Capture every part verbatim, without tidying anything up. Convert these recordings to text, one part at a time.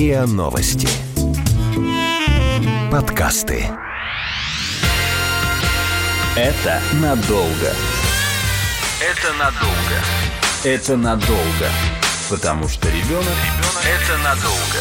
РИА Новости. Подкасты. Это надолго. Это надолго. Это надолго. Потому что ребенок – это надолго.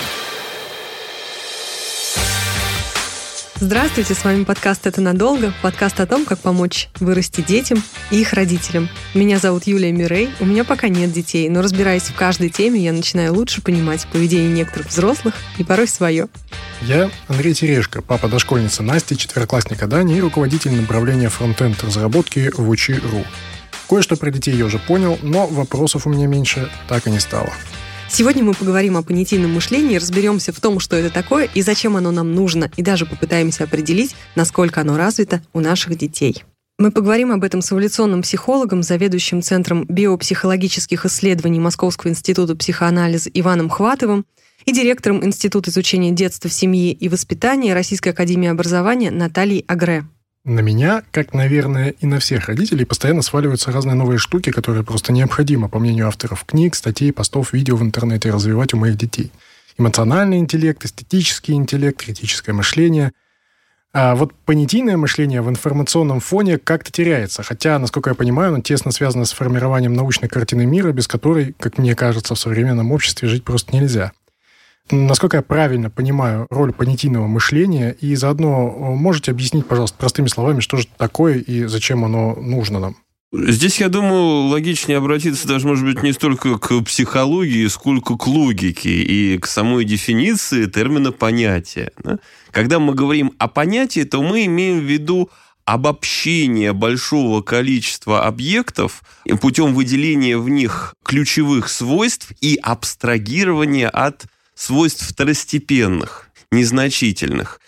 Здравствуйте, с вами подкаст «Это надолго», подкаст о том, как помочь вырасти детям и их родителям. Меня зовут Юлия Мирей, у меня пока нет детей, но разбираясь в каждой теме, я начинаю лучше понимать поведение некоторых взрослых и порой свое. Я Андрей Терешко, папа дошкольницы Насти, четвероклассника Дани и руководитель направления фронтенд разработки в Учи точка ру. Кое-что про детей я уже понял, но вопросов у меня меньше так и не стало. Сегодня мы поговорим о понятийном мышлении, разберемся в том, что это такое и зачем оно нам нужно, и даже попытаемся определить, насколько оно развито у наших детей. Мы поговорим об этом с эволюционным психологом, заведующим Центром биопсихологических исследований Московского института психоанализа Иваном Хватовым и директором Института изучения детства, семьи и воспитания Российской академии образования Натальей Агре. На меня, как, наверное, и на всех родителей, постоянно сваливаются разные новые штуки, которые просто необходимо, по мнению авторов книг, статей, постов, видео в интернете, развивать у моих детей. Эмоциональный интеллект, эстетический интеллект, критическое мышление. А вот понятийное мышление в информационном фоне как-то теряется, хотя, насколько я понимаю, оно тесно связано с формированием научной картины мира, без которой, как мне кажется, в современном обществе жить просто нельзя. Насколько я правильно понимаю роль понятийного мышления, и заодно можете объяснить, пожалуйста, простыми словами, что же это такое и зачем оно нужно нам? Здесь, я думаю, логичнее обратиться даже, может быть, не столько к психологии, сколько к логике и к самой дефиниции термина «понятие». Когда мы говорим о понятии, то мы имеем в виду обобщение большого количества объектов путем выделения в них ключевых свойств и абстрагирования от свойств второстепенных, незначительных.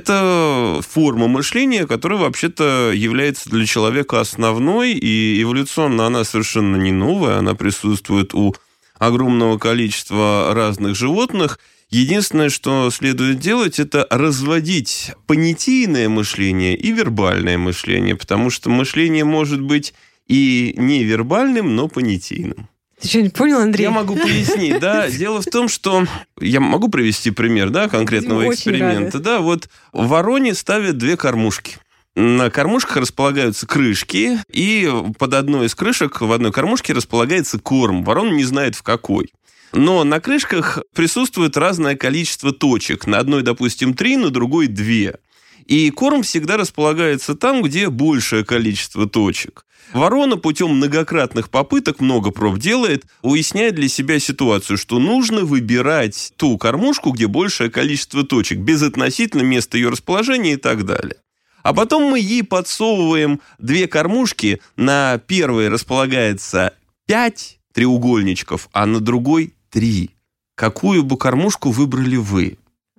Это форма мышления, которая вообще-то является для человека основной, и эволюционно она совершенно не новая, она присутствует у огромного количества разных животных. Единственное, что следует делать, это разводить понятийное мышление и вербальное мышление, потому что мышление может быть и невербальным, но понятийным. Ты что-нибудь понял, Андрей? Я могу пояснить, да. Дело в том, что... Я могу привести пример, да, конкретного Очень эксперимента. рада. Да, вот в вороне ставят две кормушки. На кормушках располагаются крышки, и под одной из крышек в одной кормушке располагается корм. Ворона не знает, в какой. Но на крышках присутствует разное количество точек. На одной, допустим, три, на другой две. И корм всегда располагается там, где большее количество точек. Ворона путем многократных попыток, много проб делает, уясняет для себя ситуацию, что нужно выбирать ту кормушку, где большее количество точек, безотносительно места ее расположения и так далее. А потом мы ей подсовываем две кормушки, на первой располагается пять треугольничков, а на другой три. Какую бы кормушку выбрали вы?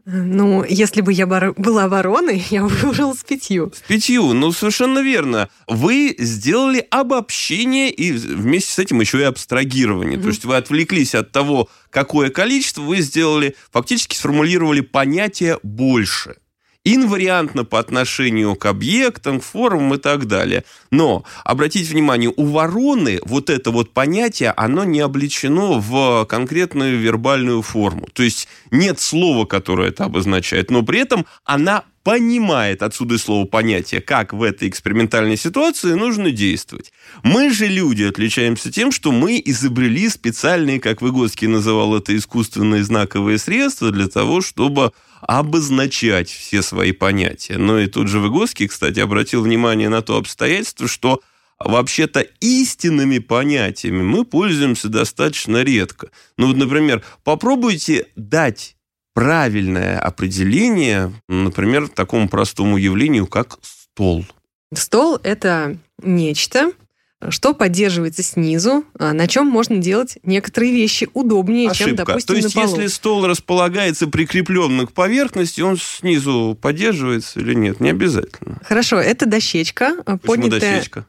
Ну, если бы я была вороной, я бы выбрала с пятью. С пятью, ну, совершенно верно. Вы сделали обобщение и вместе с этим еще и абстрагирование. Mm-hmm. То есть вы отвлеклись от того, какое количество, вы сделали, фактически сформулировали понятие «больше». Инвариантно по отношению к объектам, к формам и так далее. Но, обратите внимание, у вороны вот это вот понятие, оно не облечено в конкретную вербальную форму. То есть нет слова, которое это обозначает, но при этом она понимает, отсюда и слово «понятие», как в этой экспериментальной ситуации нужно действовать. Мы же, люди, отличаемся тем, что мы изобрели специальные, как Выгодский называл это, искусственные знаковые средства для того, чтобы обозначать все свои понятия. Но и тот же Выгодский, кстати, обратил внимание на то обстоятельство, что вообще-то истинными понятиями мы пользуемся достаточно редко. Ну вот, например, попробуйте дать правильное определение, например, такому простому явлению, как стол. Стол – это нечто, что поддерживается снизу, на чем можно делать некоторые вещи удобнее, Ошибка. чем, допустим, То есть, на полу. если стол располагается прикрепленно к поверхности, он снизу поддерживается или нет? Не обязательно. Хорошо, это дощечка. Почему поднятая... дощечка?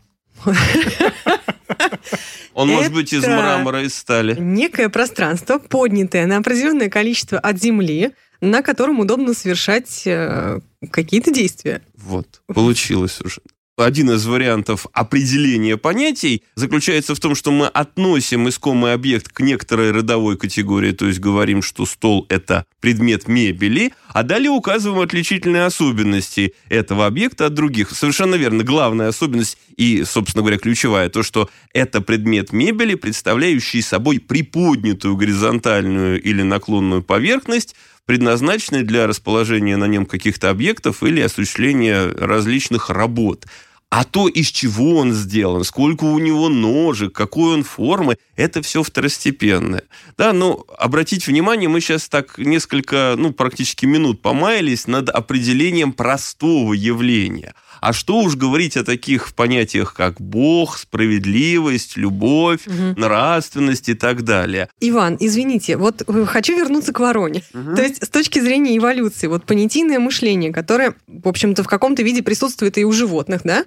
Он может быть из мрамора, из стали. Некое пространство, поднятое на определенное количество от земли, на котором удобно совершать какие-то действия. Вот, получилось уже. один из вариантов определения понятий заключается в том, что мы относим искомый объект к некоторой родовой категории, то есть говорим, что стол – это предмет мебели, а далее указываем отличительные особенности этого объекта от других. Совершенно верно. Главная особенность и, собственно говоря, ключевая – то, что это предмет мебели, представляющий собой приподнятую горизонтальную или наклонную поверхность, предназначенный для расположения на нем каких-то объектов или осуществления различных работ. А то, из чего он сделан, сколько у него ножек, какой он формы, это все второстепенное. Да, но обратите внимание, мы сейчас так несколько, ну, практически минут помаялись над определением простого явления. А что уж говорить о таких понятиях, как Бог, справедливость, любовь, угу. нравственность и так далее. Иван, извините, вот хочу вернуться к вороне. Угу. То есть с точки зрения эволюции, вот понятийное мышление, которое, в общем-то, в каком-то виде присутствует и у животных, да,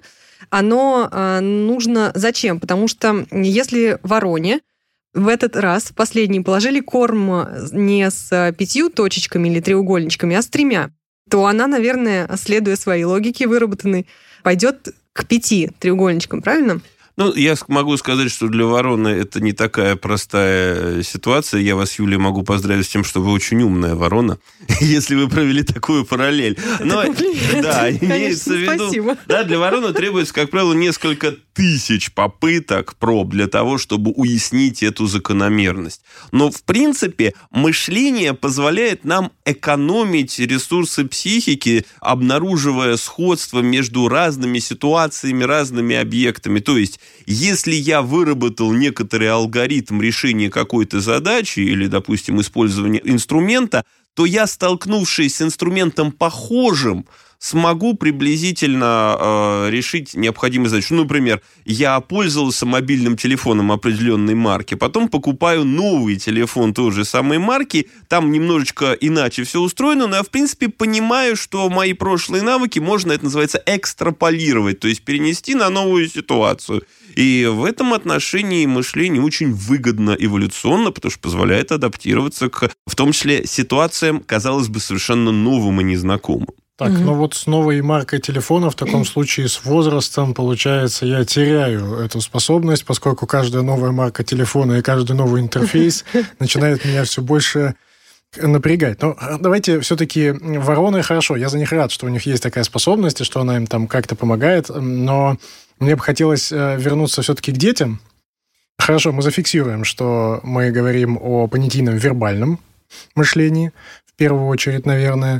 оно э, нужно зачем? Потому что если вороне в этот раз в последний положили корм не с пятью точечками или треугольничками, а с тремя, то она, наверное, следуя своей логике выработанной, пойдет к пяти треугольничкам, правильно? Ну, я могу сказать, что для вороны это не такая простая ситуация. Я вас, Юлия, могу поздравить с тем, что вы очень умная ворона, если вы провели такую параллель. Но, да, имеется в виду, спасибо. Да, для вороны требуется, как правило, несколько тысяч попыток, проб для того, чтобы уяснить эту закономерность. Но, в принципе, мышление позволяет нам экономить ресурсы психики, обнаруживая сходство между разными ситуациями, разными объектами. То есть, если я выработал некоторый алгоритм решения какой-то задачи или, допустим, использования инструмента, то я, столкнувшись с инструментом похожим, смогу приблизительно э, решить необходимые задачи. Ну, например, я пользовался мобильным телефоном определенной марки, потом покупаю новый телефон той же самой марки, там немножечко иначе все устроено, но я, в принципе, понимаю, что мои прошлые навыки можно, это называется, экстраполировать, то есть перенести на новую ситуацию. И в этом отношении мышление очень выгодно эволюционно, потому что позволяет адаптироваться к, в том числе, ситуациям, казалось бы, совершенно новым и незнакомым. Так, угу. ну вот с новой маркой телефона, в таком случае с возрастом, получается, я теряю эту способность, поскольку каждая новая марка телефона и каждый новый интерфейс начинает меня все больше напрягать. Но давайте все-таки вороны, хорошо, я за них рад, что у них есть такая способность, и что она им там как-то помогает, но мне бы хотелось вернуться все-таки к детям. Хорошо, мы зафиксируем, что мы говорим о понятийном вербальном мышлении, в первую очередь, наверное.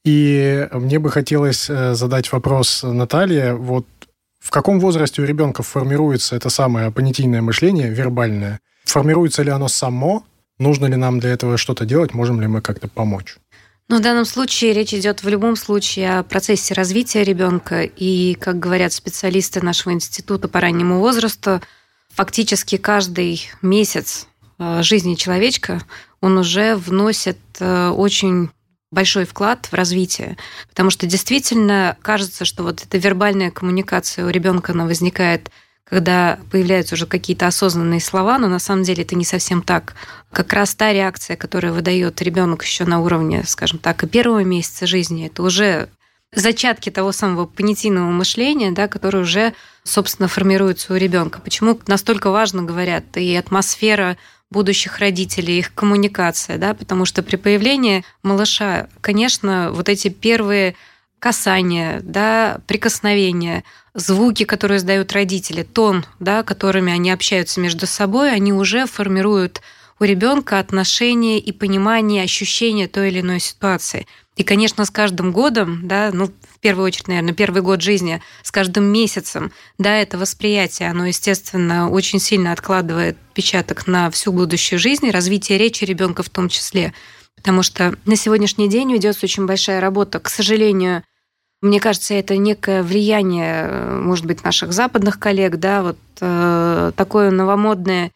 И мне бы хотелось задать вопрос Наталье. Вот в каком возрасте у ребенка формируется это самое понятийное мышление, вербальное? Формируется ли оно само? Нужно ли нам для этого что-то делать? Можем ли мы как-то помочь? Ну, в данном случае речь идет в любом случае о процессе развития ребенка. И, как говорят специалисты нашего института по раннему возрасту, фактически каждый месяц жизни человечка он уже вносит очень большой вклад в развитие, потому что действительно кажется, что вот эта вербальная коммуникация у ребенка она возникает, когда появляются уже какие-то осознанные слова, но на самом деле это не совсем так. Как раз та реакция, которую выдает ребенок еще на уровне, скажем так, и первого месяца жизни, это уже зачатки того самого понятийного мышления, да, которое уже, собственно, формируется у ребенка. Почему настолько важно, говорят, и атмосфера будущих родителей, их коммуникация, да, потому что при появлении малыша, конечно, вот эти первые касания, да, прикосновения, звуки, которые издают родители, тон, да, которыми они общаются между собой, они уже формируют у ребенка отношение и понимание, ощущение той или иной ситуации. И, конечно, с каждым годом, да, ну, в первую очередь, наверное, первый год жизни, с каждым месяцем, да, это восприятие, оно, естественно, очень сильно откладывает отпечаток на всю будущую жизнь, развитие речи ребенка в том числе. Потому что на сегодняшний день ведется очень большая работа. К сожалению, мне кажется, это некое влияние, может быть, наших западных коллег, да, вот э, такое новомодное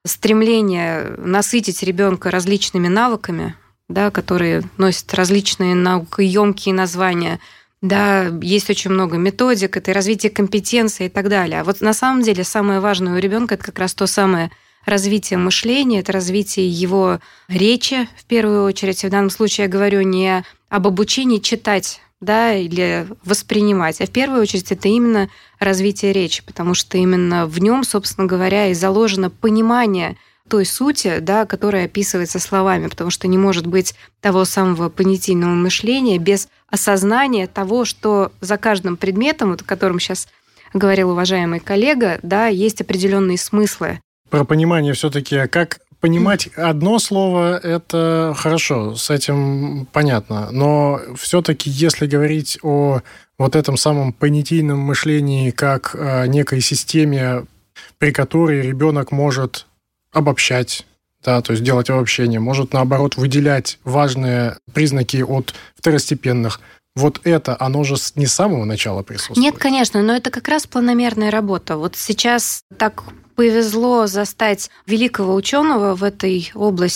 стремление насытить ребенка различными навыками, да, которые носят различные наукоемкие названия. Да, есть очень много методик, это и развитие компетенций и так далее. А вот на самом деле самое важное у ребенка это как раз то самое развитие мышления, это развитие его речи в первую очередь. В данном случае я говорю не об обучении читать, да, или воспринимать. А в первую очередь это именно развитие речи, потому что именно в нем, собственно говоря, и заложено понимание той сути, да, которая описывается словами, потому что не может быть того самого понятийного мышления без осознания того, что за каждым предметом, вот, о котором сейчас говорил уважаемый коллега, да, есть определенные смыслы. Про понимание все-таки, как понимать одно слово, это хорошо, с этим понятно. Но все-таки, если говорить о вот этом самом понятийном мышлении как о некой системе, при которой ребенок может обобщать, да, то есть делать обобщение, может, наоборот, выделять важные признаки от второстепенных. Вот это, оно же не с самого начала присутствует. Нет, конечно, но это как раз планомерная работа. Вот сейчас так повезло застать великого ученого в этой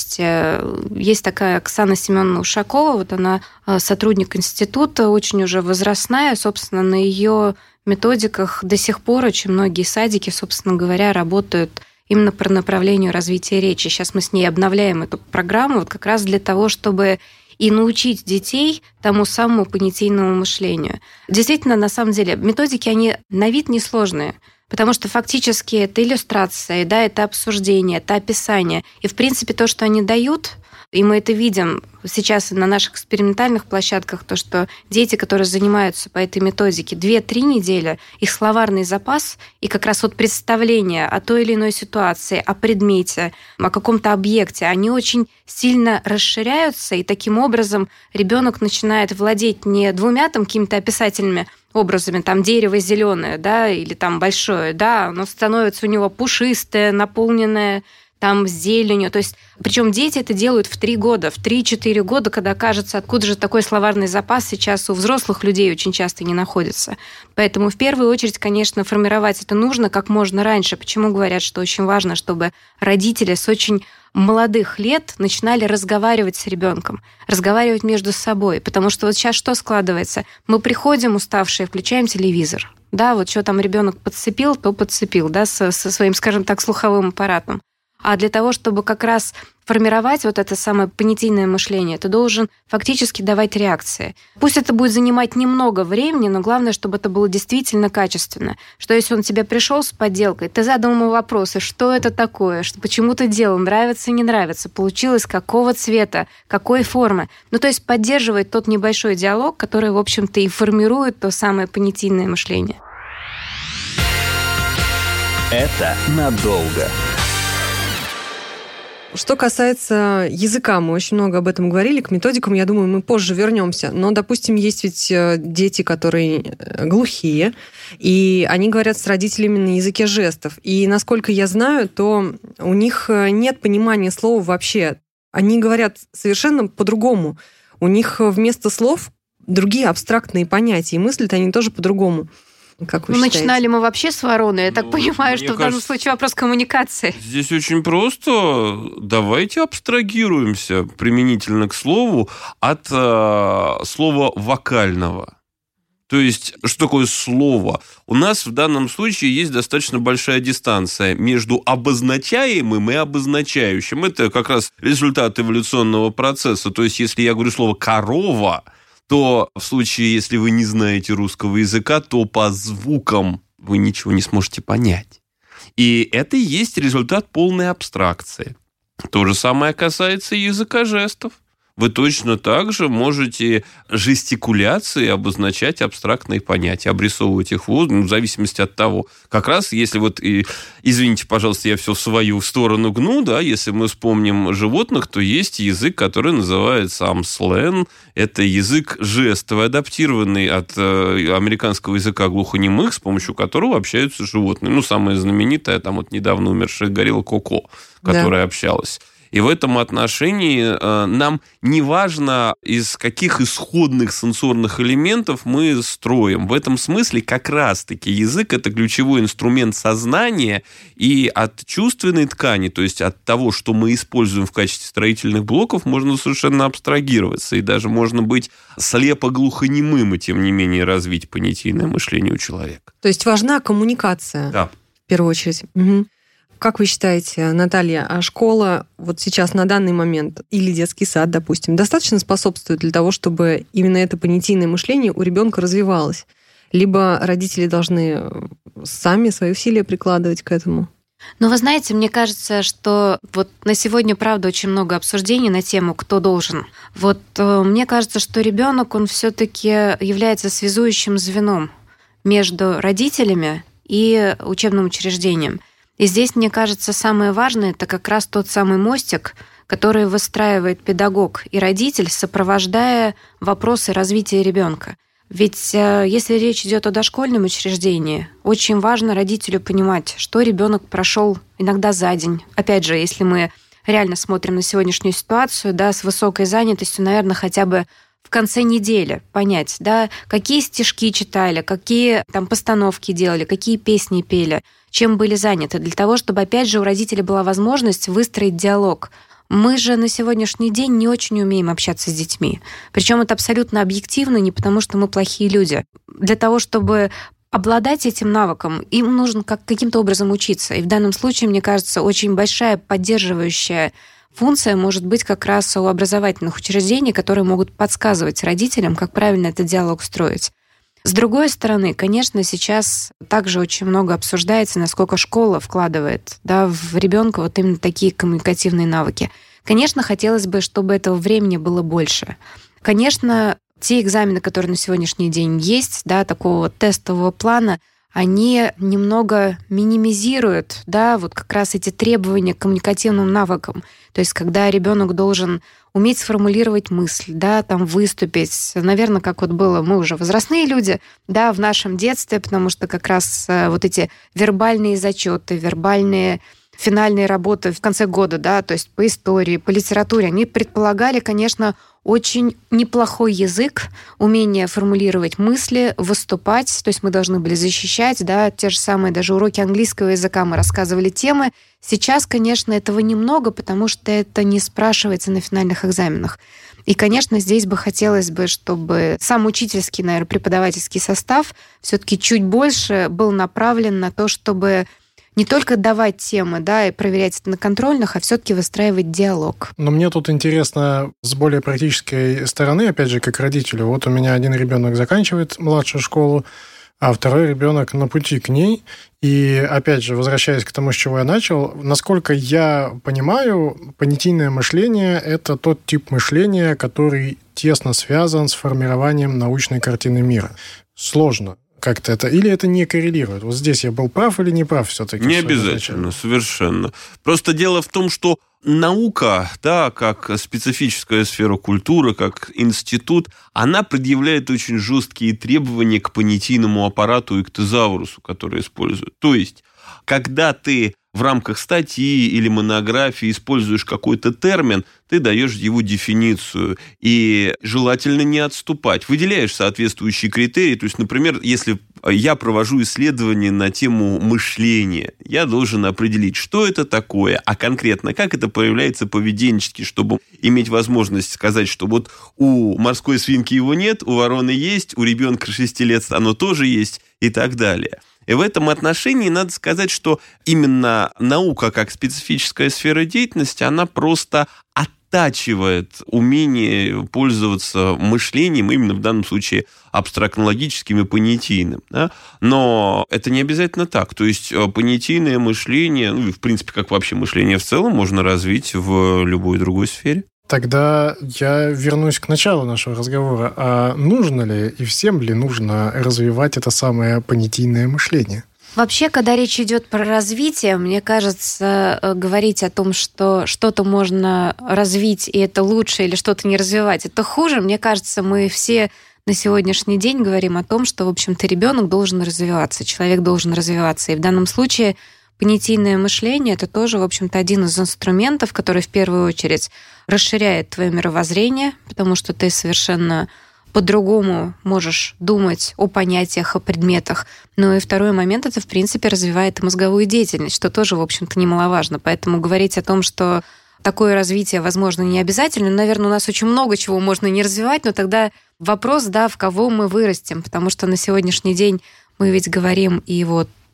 области. Есть такая Оксана Семеновна Ушакова, вот она сотрудник института, очень уже возрастная, собственно, на ее методиках до сих пор очень многие садики, собственно говоря, работают именно по направлению развития речи. Сейчас мы с ней обновляем эту программу вот как раз для того, чтобы и научить детей тому самому понятийному мышлению. Действительно, на самом деле, методики, они на вид несложные, потому что фактически это иллюстрация, да, это обсуждение, это описание. И, в принципе, то, что они дают, и мы это видим сейчас на наших экспериментальных площадках, то, что дети, которые занимаются по этой методике, две-три недели, их словарный запас и как раз вот представление о той или иной ситуации, о предмете, о каком-то объекте, они очень сильно расширяются, и таким образом ребенок начинает владеть не двумя там какими-то описательными образами, там дерево зеленое, да, или там большое, да, оно становится у него пушистое, наполненное там с зеленью. То есть, причем дети это делают в три года, в три-четыре года, когда кажется, откуда же такой словарный запас сейчас у взрослых людей очень часто не находится. Поэтому в первую очередь, конечно, формировать это нужно как можно раньше. Почему говорят, что очень важно, чтобы родители с очень молодых лет начинали разговаривать с ребенком, разговаривать между собой. Потому что вот сейчас что складывается? Мы приходим уставшие, включаем телевизор. Да, вот что там ребенок подцепил, то подцепил, да, со, со своим, скажем так, слуховым аппаратом. А для того, чтобы как раз формировать вот это самое понятийное мышление, ты должен фактически давать реакции. Пусть это будет занимать немного времени, но главное, чтобы это было действительно качественно. Что если он тебе пришел с подделкой, ты задал ему вопросы, что это такое, что, почему ты делал, нравится, не нравится, получилось какого цвета, какой формы. Ну, то есть поддерживать тот небольшой диалог, который, в общем-то, и формирует то самое понятийное мышление. Это надолго. Что касается языка, мы очень много об этом говорили, к методикам, я думаю, мы позже вернемся. Но, допустим, есть ведь дети, которые глухие, и они говорят с родителями на языке жестов. И, насколько я знаю, то у них нет понимания слова вообще. Они говорят совершенно по-другому. У них вместо слов другие абстрактные понятия, и мыслят они тоже по-другому. Как вы ну, считаете? Начинали мы вообще с вороны. Я ну, так понимаю, что кажется, в данном случае вопрос коммуникации. Здесь очень просто. Давайте абстрагируемся применительно к слову от э, слова вокального. То есть, что такое слово? У нас в данном случае есть достаточно большая дистанция между обозначаемым и обозначающим. Это как раз результат эволюционного процесса. То есть, если я говорю слово «корова», то в случае, если вы не знаете русского языка, то по звукам вы ничего не сможете понять. И это и есть результат полной абстракции. То же самое касается языка жестов. Вы точно так же можете жестикуляцией обозначать абстрактные понятия, обрисовывать их в воздухе, в зависимости от того. Как раз, если вот, и, извините, пожалуйста, я все в свою сторону гну, да, если мы вспомним животных, то есть язык, который называется амслен. Это язык жестовый, адаптированный от э, американского языка глухонемых, с помощью которого общаются животные. Ну, самая знаменитая, там вот недавно умершая горилла Коко, которая да. общалась. И в этом отношении э, нам не важно, из каких исходных сенсорных элементов мы строим. В этом смысле как раз-таки язык – это ключевой инструмент сознания, и от чувственной ткани, то есть от того, что мы используем в качестве строительных блоков, можно совершенно абстрагироваться, и даже можно быть слепо-глухонемым, и тем не менее развить понятийное мышление у человека. То есть важна коммуникация, да. в первую очередь. Угу. Как вы считаете, Наталья, а школа вот сейчас на данный момент или детский сад, допустим, достаточно способствует для того, чтобы именно это понятийное мышление у ребенка развивалось? Либо родители должны сами свои усилия прикладывать к этому? Но вы знаете, мне кажется, что вот на сегодня, правда, очень много обсуждений на тему, кто должен. Вот э, мне кажется, что ребенок, он все-таки является связующим звеном между родителями и учебным учреждением. И здесь, мне кажется, самое важное – это как раз тот самый мостик, который выстраивает педагог и родитель, сопровождая вопросы развития ребенка. Ведь если речь идет о дошкольном учреждении, очень важно родителю понимать, что ребенок прошел иногда за день. Опять же, если мы реально смотрим на сегодняшнюю ситуацию, да, с высокой занятостью, наверное, хотя бы в конце недели понять, да, какие стишки читали, какие там постановки делали, какие песни пели, чем были заняты, для того, чтобы, опять же, у родителей была возможность выстроить диалог. Мы же на сегодняшний день не очень умеем общаться с детьми. Причем это абсолютно объективно, не потому что мы плохие люди. Для того, чтобы обладать этим навыком, им нужно как, каким-то образом учиться. И в данном случае, мне кажется, очень большая поддерживающая функция может быть как раз у образовательных учреждений, которые могут подсказывать родителям, как правильно этот диалог строить. С другой стороны, конечно, сейчас также очень много обсуждается, насколько школа вкладывает, да, в ребенка вот именно такие коммуникативные навыки. Конечно, хотелось бы, чтобы этого времени было больше. Конечно, те экзамены, которые на сегодняшний день есть, да, такого вот тестового плана, они немного минимизируют, да, вот как раз эти требования к коммуникативным навыкам. То есть, когда ребенок должен уметь сформулировать мысль, да, там выступить. Наверное, как вот было, мы уже возрастные люди, да, в нашем детстве, потому что как раз вот эти вербальные зачеты, вербальные финальные работы в конце года, да, то есть по истории, по литературе, они предполагали, конечно, очень неплохой язык, умение формулировать мысли, выступать, то есть мы должны были защищать, да, те же самые даже уроки английского языка, мы рассказывали темы. Сейчас, конечно, этого немного, потому что это не спрашивается на финальных экзаменах. И, конечно, здесь бы хотелось бы, чтобы сам учительский, наверное, преподавательский состав все-таки чуть больше был направлен на то, чтобы не только давать темы, да, и проверять это на контрольных, а все-таки выстраивать диалог. Но мне тут интересно с более практической стороны, опять же, как родителю. Вот у меня один ребенок заканчивает младшую школу, а второй ребенок на пути к ней. И, опять же, возвращаясь к тому, с чего я начал, насколько я понимаю, понятийное мышление – это тот тип мышления, который тесно связан с формированием научной картины мира. Сложно как-то это, или это не коррелирует? Вот здесь я был прав или не прав все-таки? Не обязательно, совершенно. Просто дело в том, что наука, да, как специфическая сфера культуры, как институт, она предъявляет очень жесткие требования к понятийному аппарату и к тезаурусу, который используют. То есть, когда ты в рамках статьи или монографии используешь какой-то термин, ты даешь его дефиницию. И желательно не отступать. Выделяешь соответствующие критерии. То есть, например, если я провожу исследование на тему мышления, я должен определить, что это такое, а конкретно, как это проявляется поведенчески, чтобы иметь возможность сказать, что вот у морской свинки его нет, у вороны есть, у ребенка шести лет оно тоже есть и так далее. И в этом отношении надо сказать, что именно наука как специфическая сфера деятельности, она просто оттачивает умение пользоваться мышлением, именно в данном случае абстрактно-логическим и понятийным. Да? Но это не обязательно так. То есть понятийное мышление, ну и в принципе, как вообще мышление в целом, можно развить в любой другой сфере. Тогда я вернусь к началу нашего разговора. А нужно ли и всем ли нужно развивать это самое понятийное мышление? Вообще, когда речь идет про развитие, мне кажется, говорить о том, что что-то можно развить, и это лучше, или что-то не развивать, это хуже. Мне кажется, мы все на сегодняшний день говорим о том, что, в общем-то, ребенок должен развиваться, человек должен развиваться. И в данном случае понятийное мышление – это тоже, в общем-то, один из инструментов, который в первую очередь расширяет твое мировоззрение, потому что ты совершенно по-другому можешь думать о понятиях, о предметах. Ну и второй момент – это, в принципе, развивает и мозговую деятельность, что тоже, в общем-то, немаловажно. Поэтому говорить о том, что такое развитие, возможно, не обязательно. Наверное, у нас очень много чего можно не развивать, но тогда вопрос, да, в кого мы вырастем, потому что на сегодняшний день мы ведь говорим и вот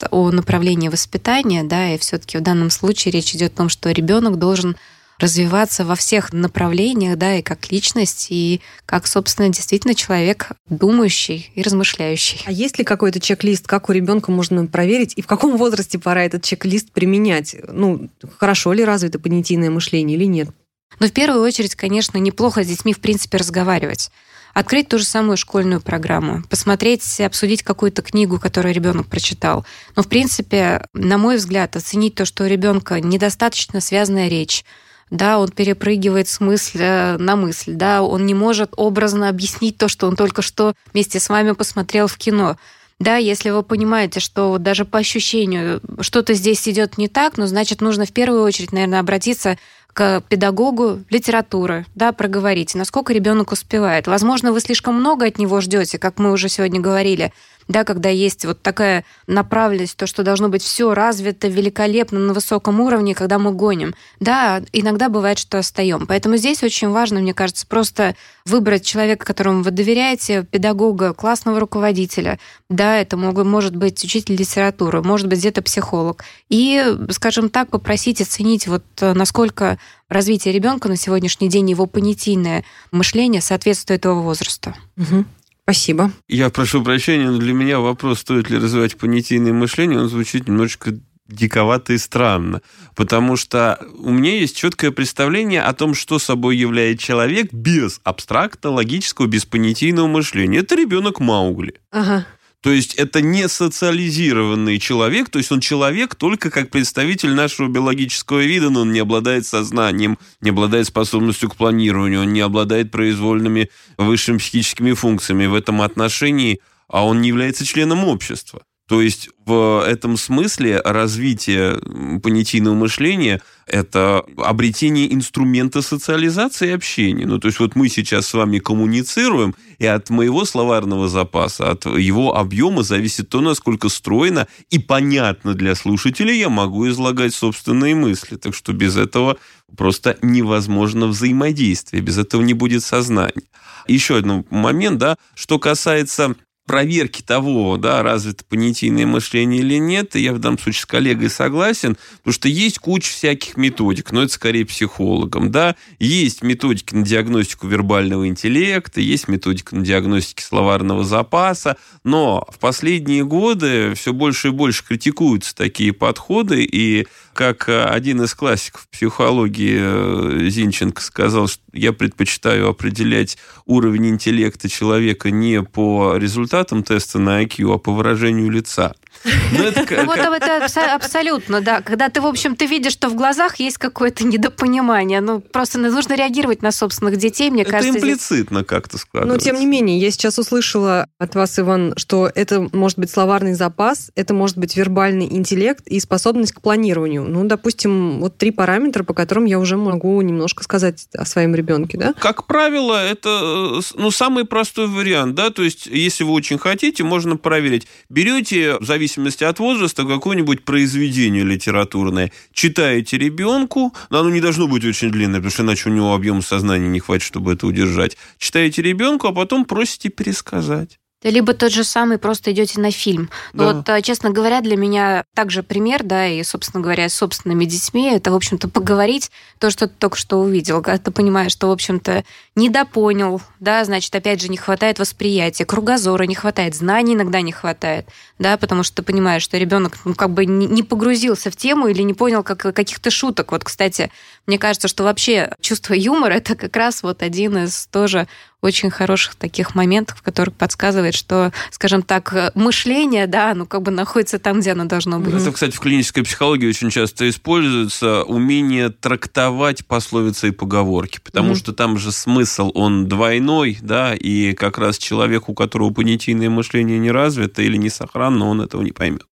о направлении воспитания, да, и все-таки в данном случае речь идет о том, что ребенок должен развиваться во всех направлениях, да, и как личность, и как, собственно, действительно человек думающий и размышляющий. А есть ли какой-то чек-лист, как у ребенка можно проверить, и в каком возрасте пора этот чек-лист применять? Ну, хорошо ли развито понятийное мышление или нет? Ну, в первую очередь, конечно, неплохо с детьми, в принципе, разговаривать. Открыть ту же самую школьную программу, посмотреть, обсудить какую-то книгу, которую ребенок прочитал. Но, в принципе, на мой взгляд, оценить то, что у ребенка недостаточно связанная речь, да, он перепрыгивает с мысли на мысль, да, он не может образно объяснить то, что он только что вместе с вами посмотрел в кино. Да, если вы понимаете, что вот даже по ощущению что-то здесь идет не так, ну, значит, нужно в первую очередь, наверное, обратиться к педагогу литературы, да, проговорить, насколько ребенок успевает. Возможно, вы слишком много от него ждете, как мы уже сегодня говорили, да, когда есть вот такая направленность, то, что должно быть все развито великолепно на высоком уровне, когда мы гоним. Да, иногда бывает, что отстаем. Поэтому здесь очень важно, мне кажется, просто выбрать человека, которому вы доверяете, педагога, классного руководителя. Да, это может быть учитель литературы, может быть где-то психолог. И, скажем так, попросить оценить, вот насколько развитие ребенка на сегодняшний день, его понятийное мышление соответствует его возрасту. Угу. Спасибо. Я прошу прощения, но для меня вопрос, стоит ли развивать понятийное мышление, он звучит немножечко диковато и странно, потому что у меня есть четкое представление о том, что собой является человек без абстрактно-логического, без понятийного мышления. Это ребенок Маугли. Ага. То есть это не социализированный человек, то есть он человек только как представитель нашего биологического вида, но он не обладает сознанием, не обладает способностью к планированию, он не обладает произвольными высшими психическими функциями. В этом отношении а он не является членом общества. То есть в этом смысле развитие понятийного мышления – это обретение инструмента социализации и общения. Ну, то есть вот мы сейчас с вами коммуницируем, и от моего словарного запаса, от его объема зависит то, насколько стройно и понятно для слушателей я могу излагать собственные мысли. Так что без этого просто невозможно взаимодействие, без этого не будет сознания. Еще один момент, да, что касается проверки того, да, развито понятийное мышление или нет, я в данном случае с коллегой согласен, потому что есть куча всяких методик, но это скорее психологам, да, есть методики на диагностику вербального интеллекта, есть методика на диагностику словарного запаса, но в последние годы все больше и больше критикуются такие подходы, и как один из классиков психологии Зинченко сказал, что я предпочитаю определять уровень интеллекта человека не по результатам теста на ай кью, а по выражению лица. Ну, это, вот это абсолютно, да. Когда ты, в общем, ты видишь, что в глазах есть какое-то недопонимание. Ну, просто нужно реагировать на собственных детей, мне это кажется. Это имплицитно здесь... как-то складывается. Но, тем не менее, я сейчас услышала от вас, Иван, что это может быть словарный запас, это может быть вербальный интеллект и способность к планированию. Ну, допустим, вот три параметра, по которым я уже могу немножко сказать о своем ребенке, да? Как правило, это, ну, самый простой вариант, да, то есть, если вы очень хотите, можно проверить. Берете, в зависимости от возраста, какое-нибудь произведение литературное, читаете ребенку, но оно не должно быть очень длинное, потому что иначе у него объема сознания не хватит, чтобы это удержать. Читаете ребенку, а потом просите пересказать. Либо тот же самый, просто идете на фильм. Да. Вот, честно говоря, для меня также пример, да, и, собственно говоря, с собственными детьми, это, в общем-то, поговорить то, что ты только что увидел. Когда ты понимаешь, что, в общем-то, недопонял, да, значит, опять же, не хватает восприятия, кругозора не хватает, знаний иногда не хватает, да, потому что ты понимаешь, что ребенок, ну, как бы не погрузился в тему или не понял как, каких-то шуток. Вот, кстати, мне кажется, что вообще чувство юмора – это как раз вот один из тоже очень хороших таких моментов, который подсказывает, что, скажем так, мышление, да, ну, как бы находится там, где оно должно быть. Это, кстати, в клинической психологии очень часто используется умение трактовать пословицы и поговорки, потому mm-hmm. что там же смысл, он двойной, да, и как раз человек, у которого понятийное мышление не развито или не сохранно, он этого не поймет.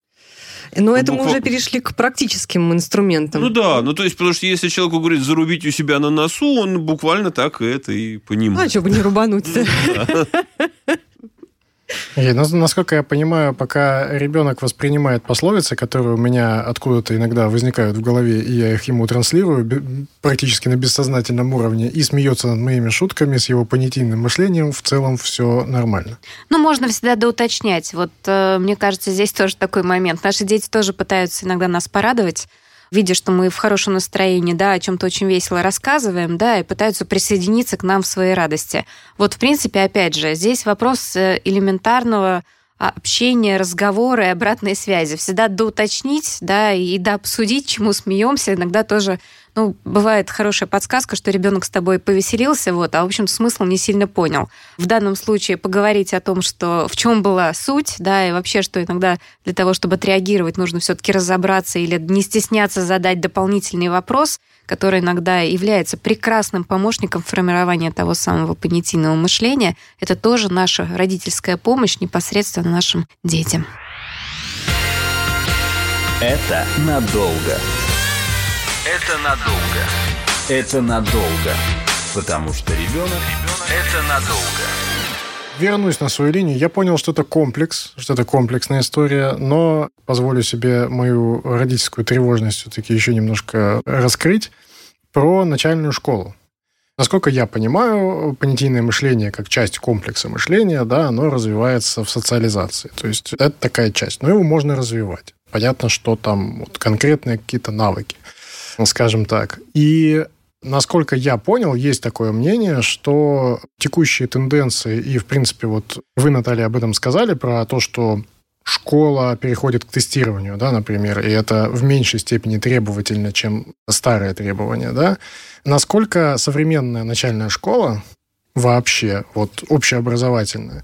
Но это мы уже перешли к практическим инструментам. Ну да, ну то есть, потому что если человеку говорит зарубить у себя на носу, он буквально так это и понимает. А что бы не рубануть-то? И, насколько я понимаю, пока ребенок воспринимает пословицы, которые у меня откуда-то иногда возникают в голове, и я их ему транслирую практически на бессознательном уровне, и смеется над моими шутками, с его понятийным мышлением, в целом все нормально. Ну, можно всегда доуточнять. Вот, э, мне кажется, здесь тоже такой момент. Наши дети тоже пытаются иногда нас порадовать, видя, что мы в хорошем настроении, да, о чем-то очень весело рассказываем, да, и пытаются присоединиться к нам в своей радости. Вот, в принципе, опять же, здесь вопрос элементарного общения, разговора и обратной связи. Всегда доуточнить, да, и дообсудить, чему смеемся. Иногда тоже, ну, бывает хорошая подсказка, что ребенок с тобой повеселился, вот, а, в общем-то, смысл не сильно понял. В данном случае поговорить о том, что в чем была суть, да, и вообще, что иногда для того, чтобы отреагировать, нужно все-таки разобраться или не стесняться задать дополнительный вопрос, который иногда является прекрасным помощником формирования того самого понятийного мышления. Это тоже наша родительская помощь непосредственно нашим детям. Это надолго. Это надолго. Это надолго. Потому что ребенок – это надолго. Вернусь на свою линию. Я понял, что это комплекс, что это комплексная история, но позволю себе мою родительскую тревожность все-таки еще немножко раскрыть про начальную школу. Насколько я понимаю, понятийное мышление как часть комплекса мышления, да, оно развивается в социализации. То есть это такая часть, но его можно развивать. Понятно, что там вот конкретные какие-то навыки, скажем так. И насколько я понял, есть такое мнение, что текущие тенденции, и, в принципе, вот вы, Наталья, об этом сказали, про то, что школа переходит к тестированию, да, например, и это в меньшей степени требовательно, чем старые требования, да. Насколько современная начальная школа вообще, вот общеобразовательная,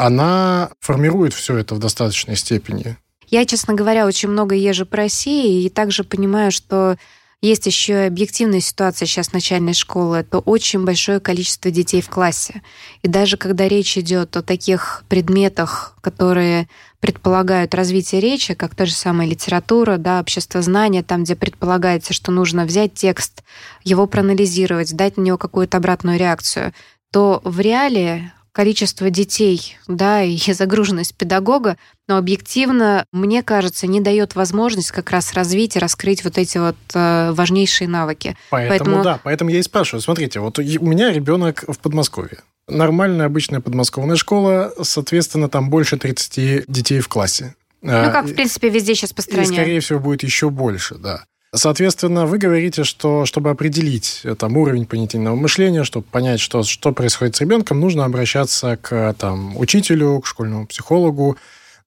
она формирует все это в достаточной степени? Я, честно говоря, очень много езжу по России и также понимаю, что есть еще и объективная ситуация сейчас начальной школы. Это очень большое количество детей в классе. И даже когда речь идет о таких предметах, которые предполагают развитие речи, как та же самая литература, да, обществознание, там, где предполагается, что нужно взять текст, его проанализировать, дать на него какую-то обратную реакцию, то в реалии количество детей, да, и загруженность педагога, но объективно, мне кажется, не дает возможность как раз развить и раскрыть вот эти вот э, важнейшие навыки. Поэтому, Поэтому, да, поэтому я и спрашиваю. Смотрите, вот у меня ребенок в Подмосковье. Нормальная, обычная подмосковная школа, соответственно, там больше тридцати детей в классе. Ну, как, в принципе, везде сейчас по стране. И, скорее всего, будет еще больше, да. Соответственно, вы говорите, что чтобы определить там, уровень понятийного мышления, чтобы понять, что, что происходит с ребенком, нужно обращаться к там, учителю, к школьному психологу.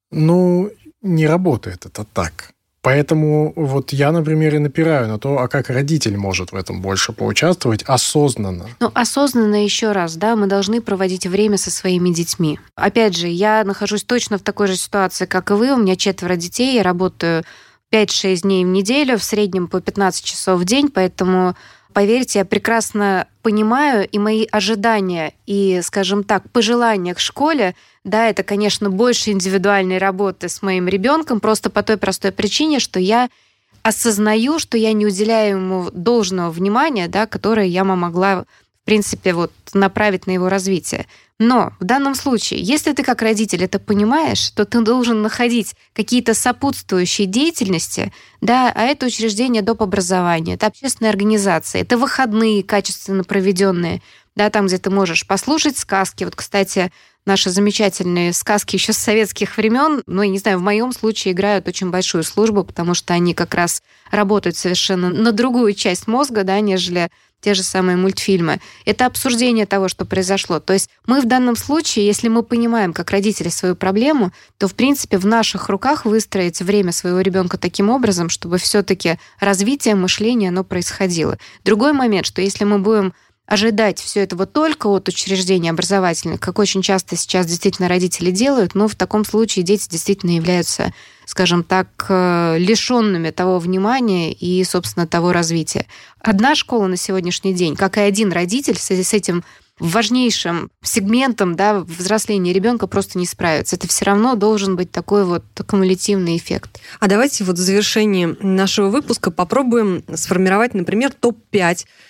Ну, не работает это так. Поэтому вот я, например, и напираю на то, а как родитель может в этом больше поучаствовать осознанно. Ну, осознанно еще раз, да, мы должны проводить время со своими детьми. Опять же, я нахожусь точно в такой же ситуации, как и вы. У меня четверо детей, я работаю пять-шесть дней в неделю, в среднем по пятнадцать часов в день, поэтому, поверьте, я прекрасно понимаю, и мои ожидания, и, скажем так, пожелания к школе, да, это, конечно, больше индивидуальной работы с моим ребенком, просто по той простой причине, что я осознаю, что я не уделяю ему должного внимания, да, которое я могла, в принципе, вот, направить на его развитие. Но в данном случае, если ты как родитель это понимаешь, то ты должен находить какие-то сопутствующие деятельности, да, а это учреждение доп. Образования, это общественные организации, это выходные качественно проведенные, да, там, где ты можешь послушать сказки. Вот, кстати, наши замечательные сказки еще с советских времен, ну, я не знаю, в моем случае играют очень большую службу, потому что они как раз работают совершенно на другую часть мозга, да, нежели те же самые мультфильмы. Это обсуждение того, что произошло. То есть мы в данном случае, если мы понимаем, как родители, свою проблему, то, в принципе, в наших руках выстроить время своего ребенка таким образом, чтобы все-таки развитие мышления, оно происходило. Другой момент, что если мы будем ожидать все этого только от учреждений образовательных, как очень часто сейчас действительно родители делают, но в таком случае дети действительно являются, скажем так, лишенными того внимания и, собственно, того развития. Одна школа на сегодняшний день, как и один родитель с этим важнейшим сегментом, да, взросления ребенка просто не справится. Это все равно должен быть такой вот кумулятивный эффект. А давайте вот в завершении нашего выпуска попробуем сформировать, например, топ пять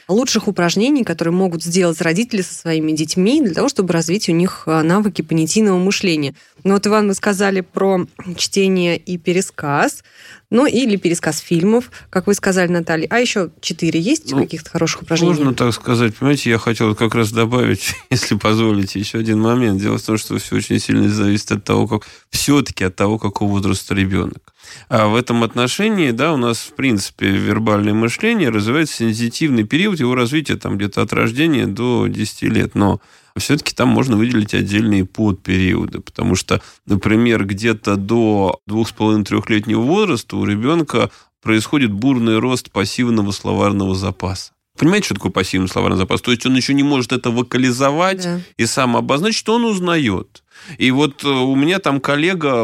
лучших упражнений, которые могут сделать родители со своими детьми для того, чтобы развить у них навыки понятийного мышления. Ну вот, Иван, вы сказали про чтение и пересказ, ну или пересказ фильмов, как вы сказали, Наталья. А еще четыре есть ну, каких-то хороших упражнений? Можно так сказать. Понимаете, я хотел как раз добавить, если позволите, еще один момент. Дело в том, что все очень сильно зависит от того, как все-таки от того, какого возраста ребенок. А в этом отношении, да, у нас, в принципе, вербальное мышление развивается сенситивный период его развития там где-то от рождения до десяти лет. Но все-таки там можно выделить отдельные подпериоды, потому что, например, где-то до двух с половиной-трехлетнего возраста у ребенка происходит бурный рост пассивного словарного запаса. Понимаете, что такое пассивный словарный запас? То есть он еще не может это вокализовать да. и сам обозначить, что он узнает. И вот у меня там коллега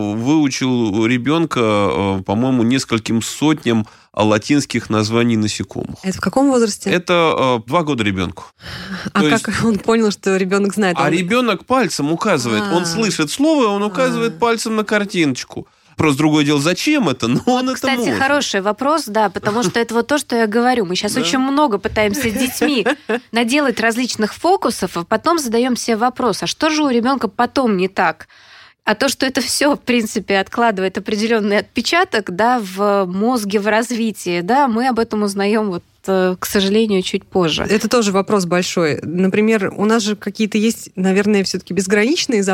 выучил ребенка, по-моему, нескольким сотням латинских названий насекомых. Это в каком возрасте? Это два года ребенку. А То как есть... он понял, что ребенок знает? А он... ребенок пальцем указывает. А-а-а. Он слышит слово, он указывает А-а-а. пальцем на картиночку. Просто другое дело, зачем это? Но он это Кстати, может. хороший вопрос, да, потому что это вот то, что я говорю. Мы сейчас очень много пытаемся с детьми наделать различных фокусов, а потом задаем себе вопрос, а что же у ребенка потом не так? А то, что это все, в принципе, откладывает определенный отпечаток, да, в мозге, в развитии, да, мы об этом узнаем вот к сожалению, чуть позже. Это тоже вопрос большой. Например, у нас же какие-то есть, наверное, все-таки безграничные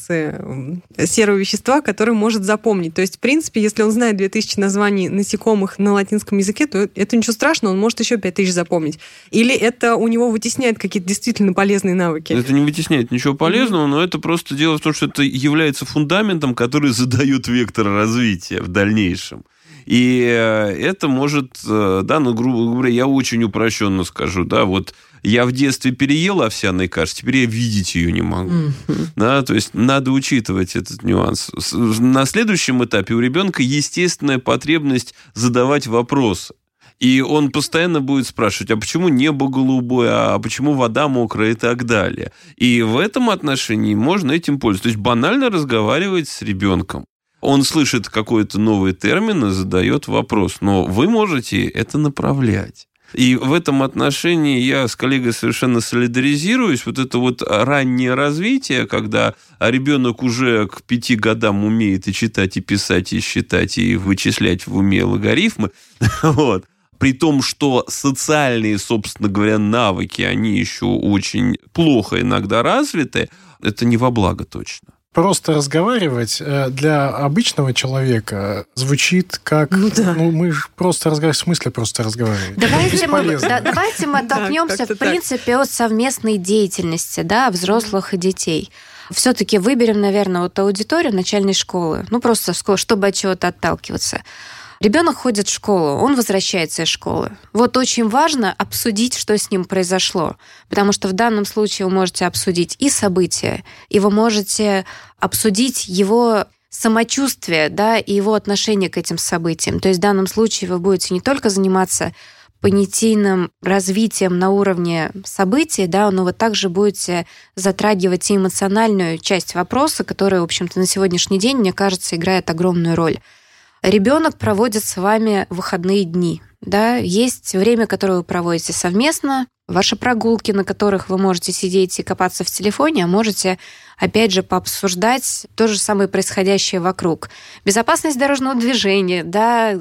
запасы серого вещества, который может запомнить. То есть, в принципе, если он знает две тысячи названий насекомых на латинском языке, то это ничего страшного, он может еще пять тысяч запомнить. Или это у него вытесняет какие-то действительно полезные навыки? Это не вытесняет ничего полезного, mm-hmm. но это просто дело в том, что это является фундаментом, который задает вектор развития в дальнейшем. И это может, да, ну, грубо говоря, я очень упрощенно скажу, да, вот я в детстве переел овсяной каши, теперь я видеть ее не могу. Mm-hmm. Да, то есть надо учитывать этот нюанс. На следующем этапе у ребенка естественная потребность задавать вопросы. И он постоянно будет спрашивать, а почему небо голубое, а почему вода мокрая и так далее. И в этом отношении можно этим пользоваться. То есть банально разговаривать с ребенком. Он слышит какой-то новый термин и задает вопрос, но вы можете это направлять. И в этом отношении я с коллегой совершенно солидаризируюсь. Вот это вот раннее развитие, когда ребенок уже к пяти годам умеет и читать, и писать, и считать, и вычислять в уме логарифмы, вот. При том, что социальные, собственно говоря, навыки, они еще очень плохо иногда развиты, это не во благо точно. Просто разговаривать для обычного человека звучит как... Ну, да. ну мы же просто разговариваем, в смысле просто разговариваем. Давайте мы, да, давайте мы оттолкнемся, в принципе, так. от совместной деятельности, да, взрослых и детей. Все-таки выберем, наверное, вот аудиторию начальной школы, ну просто чтобы от чего-то отталкиваться. Ребенок ходит в школу, он возвращается из школы. Вот очень важно обсудить, что с ним произошло, потому что в данном случае вы можете обсудить и события, и вы можете обсудить его самочувствие, да, и его отношение к этим событиям. То есть в данном случае вы будете не только заниматься понятийным развитием на уровне событий, да, но вы также будете затрагивать и эмоциональную часть вопроса, которая, в общем-то, на сегодняшний день, мне кажется, играет огромную роль. Ребенок проводит с вами выходные дни. Да? Есть время, которое вы проводите совместно, ваши прогулки, на которых вы можете сидеть и копаться в телефоне, а можете, опять же, пообсуждать то же самое происходящее вокруг. Безопасность дорожного движения, да,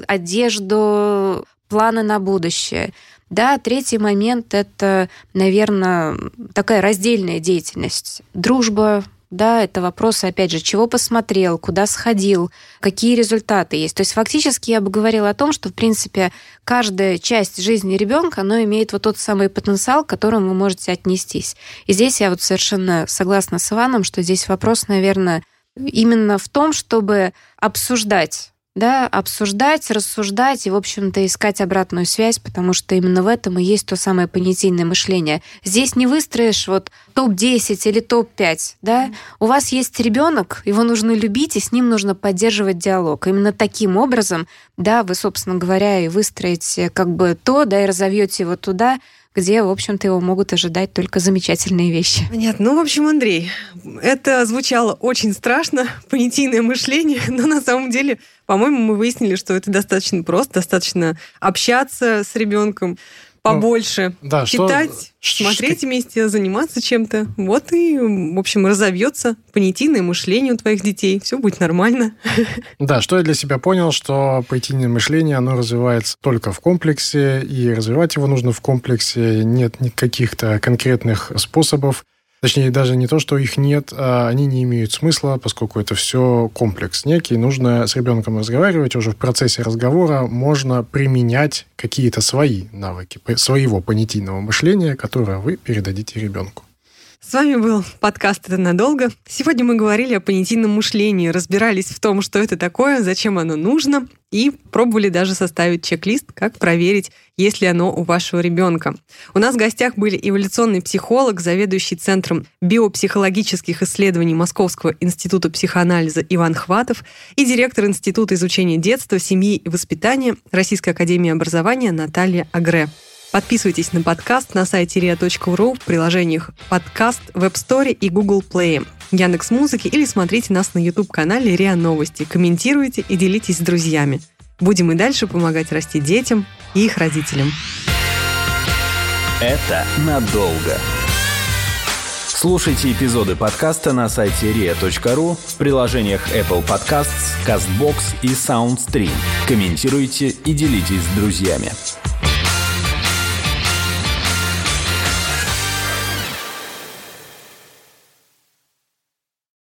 одежду, планы на будущее. Да, третий момент – это, наверное, такая раздельная деятельность. Дружба, да, это вопросы, опять же, чего посмотрел, куда сходил, какие результаты есть. То есть фактически я бы говорила о том, что, в принципе, каждая часть жизни ребенка, она имеет вот тот самый потенциал, к которому вы можете отнестись. И здесь я вот совершенно согласна с Иваном, что здесь вопрос, наверное, именно в том, чтобы обсуждать, да, обсуждать, рассуждать и, в общем-то, искать обратную связь, потому что именно в этом и есть то самое понятийное мышление. Здесь не выстроишь вот топ десять или топ пять, да? У вас есть ребенок, его нужно любить, и с ним нужно поддерживать диалог. Именно таким образом, да, вы, собственно говоря, и выстроите как бы то, да, и разовьете его туда, где, в общем-то, его могут ожидать только замечательные вещи. Понятно. Ну, в общем, Андрей, это звучало очень страшно, понятийное мышление, но на самом деле, по-моему, мы выяснили, что это достаточно просто, достаточно общаться с ребенком. побольше ну, да, читать, что, смотреть что... вместе, заниматься чем-то. Вот и, в общем, разовьется понятийное мышление у твоих детей. Все будет нормально. Да, что я для себя понял, что понятийное мышление, оно развивается только в комплексе, и развивать его нужно в комплексе. Нет никаких-то конкретных способов. Точнее, даже не то, что их нет, а они не имеют смысла, поскольку это все комплекс некий. Нужно с ребенком разговаривать. Уже в процессе разговора можно применять какие-то свои навыки, своего понятийного мышления, которое вы передадите ребенку. С вами был подкаст «Это надолго». Сегодня мы говорили о понятийном мышлении, разбирались в том, что это такое, зачем оно нужно, и пробовали даже составить чек-лист, как проверить, есть ли оно у вашего ребенка. У нас в гостях были эволюционный психолог, заведующий Центром биопсихологических исследований Московского института психоанализа Иван Хватов и директор Института изучения детства, семьи и воспитания Российской академии образования Наталья Агре. Подписывайтесь на подкаст на сайте риа точка ру в приложениях подкаст в App Store и Google Play, Яндекс.Музыки или смотрите нас на YouTube-канале РИА Новости. Комментируйте и делитесь с друзьями. Будем и дальше помогать расти детям и их родителям. Это надолго. Слушайте эпизоды подкаста на сайте риа точка ру, в приложениях Apple Podcasts, CastBox и SoundStream. Комментируйте и делитесь с друзьями.